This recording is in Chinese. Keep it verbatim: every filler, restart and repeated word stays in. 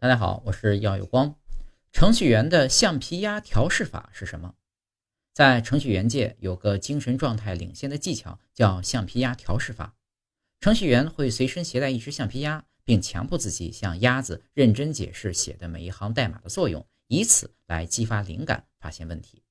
大家好，我是耀有光。程序员的橡皮鸭调试法是什么？在程序员界有个精神状态领先的技巧，叫橡皮鸭调试法。程序员会随身携带一只橡皮鸭，并强迫自己向鸭子认真解释写的每一行代码的作用，以此来激发灵感，发现问题。